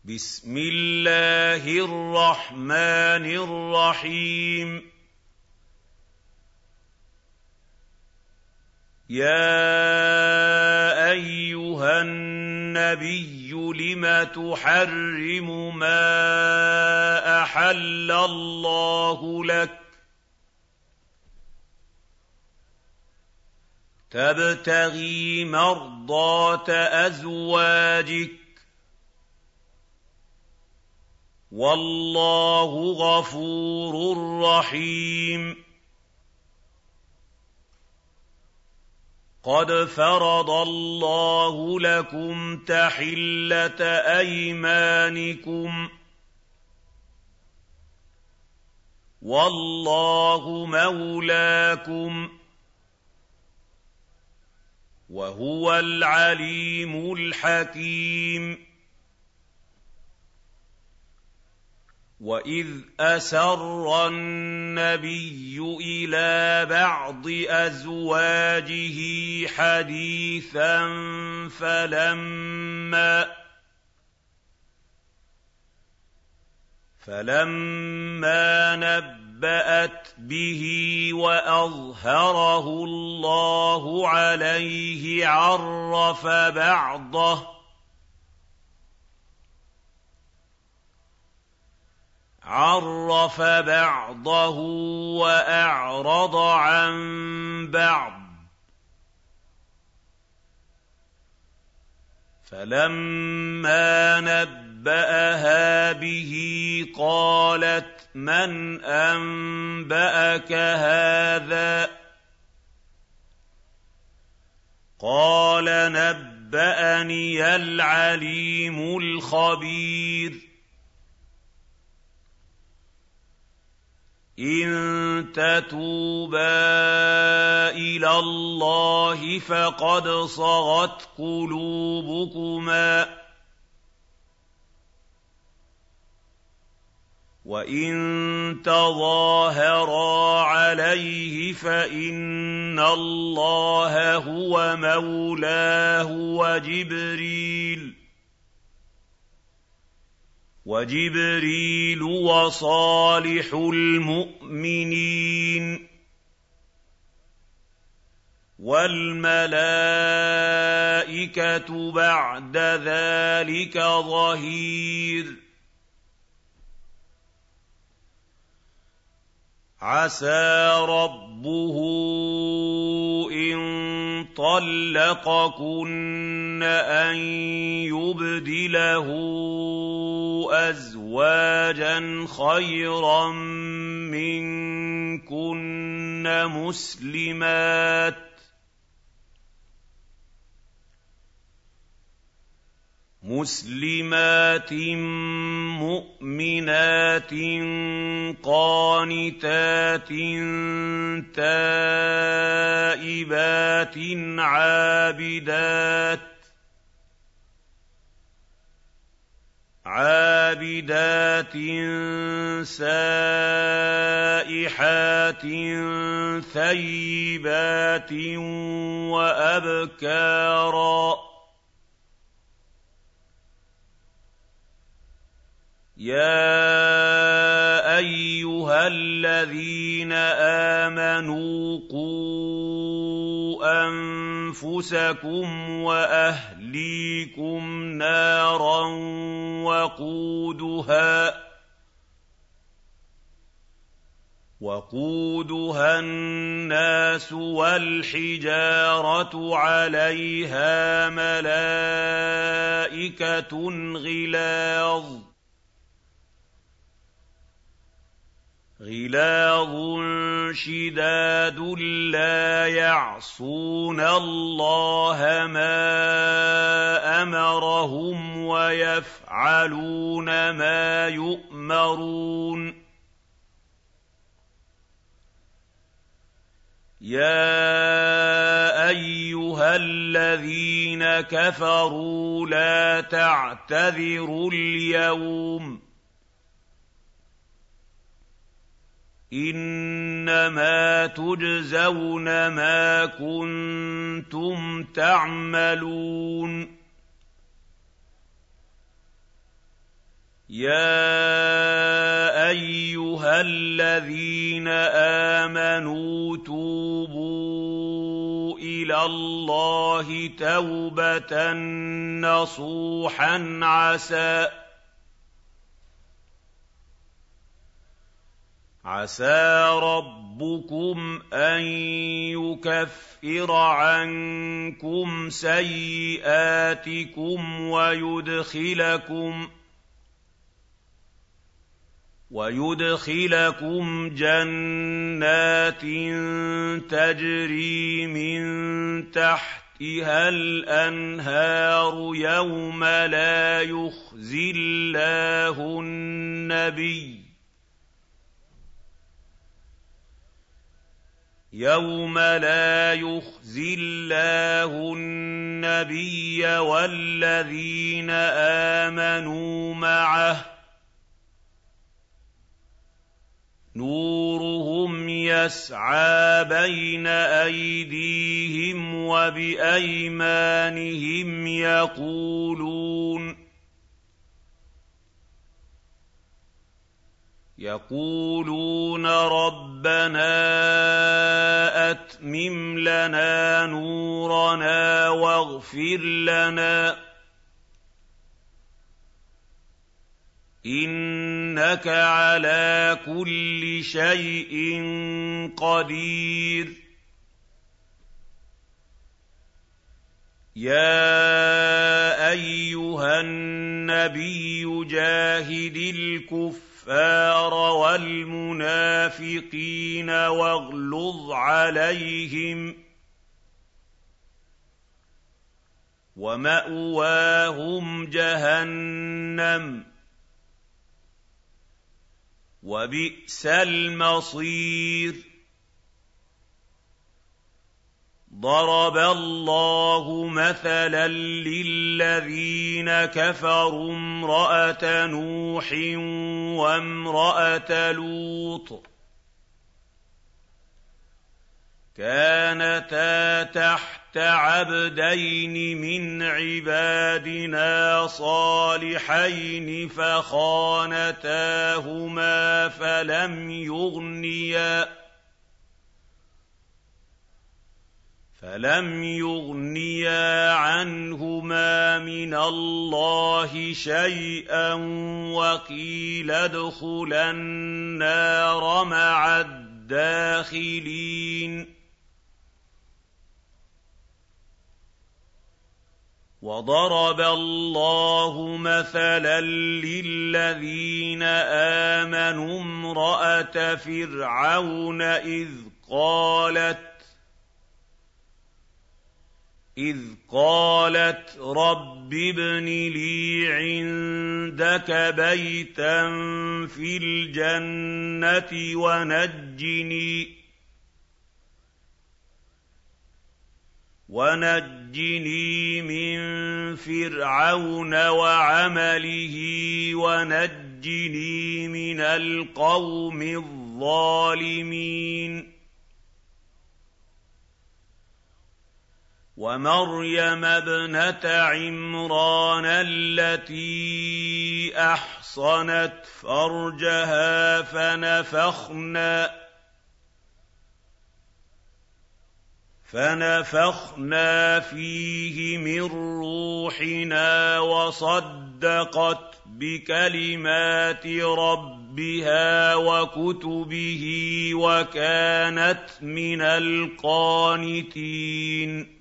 بسم الله الرحمن الرحيم يا أيها النبي لم تحرم ما أحل الله لك تبتغي مرضات أزواجك والله غفور رحيم قد فرض الله لكم تحلة أيمانكم والله مولاكم وهو العليم الحكيم وَإِذْ أَسَرَّ النَّبِيُّ إِلَىٰ بَعْضِ أَزْوَاجِهِ حَدِيثًا فَلَمَّا نَبَّأَتْ بِهِ وَأَظْهَرَهُ اللَّهُ عَلَيْهِ عَرَّفَ بَعْضَهُ وَأَعْرَضَ عَن بَعْضٍ ۖ فَلَمَّا نَبَّأَهَا بِهِ قَالَتْ مَنْ أَنبَأَكَ هَٰذَا ۖ قَالَ نَبَّأَنِيَ الْعَلِيمُ الْخَبِيرُ إِن تَتُوبَا إِلَى اللَّهِ فَقَدْ صَغَتْ قُلُوبُكُمَا ۖ وَإِن تَظَاهَرَا عَلَيْهِ فَإِنَّ اللَّهَ هُوَ مَوْلَاهُ وَجِبْرِيلُ وَصَالِحُ الْمُؤْمِنِينَ وَالْمَلَائِكَةُ بَعْدَ ذَٰلِكَ ظَهِيرٌ عَسَىٰ رَبُّهُ إِن طَلَّقَكُنَّ أَن يُبْدِلَهُ أَزْوَاجًا خَيْرًا مِّنكُنَّ مُسْلِمَاتٍ مُّؤْمِنَاتٍ قَانِتَاتٍ تَائِبَاتٍ عَابِدَاتٍ سَائِحَاتٍ ثَيِّبَاتٍ وَأَبْكَارًا يَا أَيُّهَا الَّذِينَ آمَنُوا قُوا أَنفُسَكُمْ وَأَهْلِيكُمْ نَارًا وَقُودُهَا النَّاسُ وَالْحِجَارَةُ عَلَيْهَا مَلَائِكَةٌ غِلَاظٌ شِدَادٌ لَّا يَعْصُونَ اللَّهَ مَا أَمَرَهُمْ وَيَفْعَلُونَ مَا يُؤْمَرُونَ يَا أَيُّهَا الَّذِينَ كَفَرُوا لَا تَعْتَذِرُوا الْيَوْمَ إِنَّمَا تُجْزَوْنَ مَا كُنتُمْ تَعْمَلُونَ يَا أَيُّهَا الَّذِينَ آمَنُوا تُوبُوا إِلَى اللَّهِ تَوْبَةً نَّصُوحًا عَسَىٰ رَبُّكُمْ أَن يُكَفِّرَ عَنكُمْ سَيِّئَاتِكُمْ وَيُدْخِلَكُمْ جَنَّاتٍ تَجْرِي مِن تَحْتِهَا الْأَنْهَارُ يَوْمَ لَا يُخْزِي اللَّهُ النَّبِيَّ وَالَّذِينَ آمَنُوا مَعَهُ ۖ نُورُهُمْ يَسْعَىٰ بَيْنَ أَيْدِيهِمْ وَبِأَيْمَانِهِمْ يَقُولُونَ رَبَّنَا أَتْمِمْ لَنَا نُورَنَا وَاغْفِرْ لَنَا ۖ إِنَّكَ عَلَىٰ كُلِّ شَيْءٍ قَدِيرٌ يَا أَيُّهَا النَّبِيُّ جَاهِدِ الْكُفَّارَ وَالْمُنَافِقِينَ وَاغْلُظْ عَلَيْهِمْ ۚ وَمَأْوَاهُمْ جَهَنَّمُ ۖ وَبِئْسَ الْمَصِيرُ ضَرَبَ اللَّهُ مَثَلًا لِّلَّذِينَ كَفَرُوا امْرَأَتَ نُوحٍ وَامْرَأَتَ لُوطٍ كَانَتَا تَحْتَ عَبْدَيْنِ مِنْ عِبَادِنَا صَالِحَيْنِ فَخَانَتَاهُمَا فَلَمْ يُغْنِيَا عَنْهُمَا مِنَ اللَّهِ شَيْئًا وَقِيلَ ادْخُلَا النَّارَ مَعَ الدَّاخِلِينَ وَضَرَبَ اللَّهُ مَثَلًا لِّلَّذِينَ آمَنُوا امْرَأَتَ فِرْعَوْنَ إِذْ قَالَتْ رَبِّ ابْنِ لِي عِندَكَ بَيْتًا فِي الْجَنَّةِ وَنَجِّنِي مِن فِرْعَوْنَ وَعَمَلِهِ وَنَجِّنِي مِنَ الْقَوْمِ الظَّالِمِينَ وَمَرْيَمَ ابْنَتَ عِمْرَانَ الَّتِي أَحْصَنَتْ فَرْجَهَا فَنَفَخْنَا فِيهِ مِن رُّوحِنَا وَصَدَّقَتْ بِكَلِمَاتِ رَبِّهَا وَكُتُبِهِ وَكَانَتْ مِنَ الْقَانِتِينَ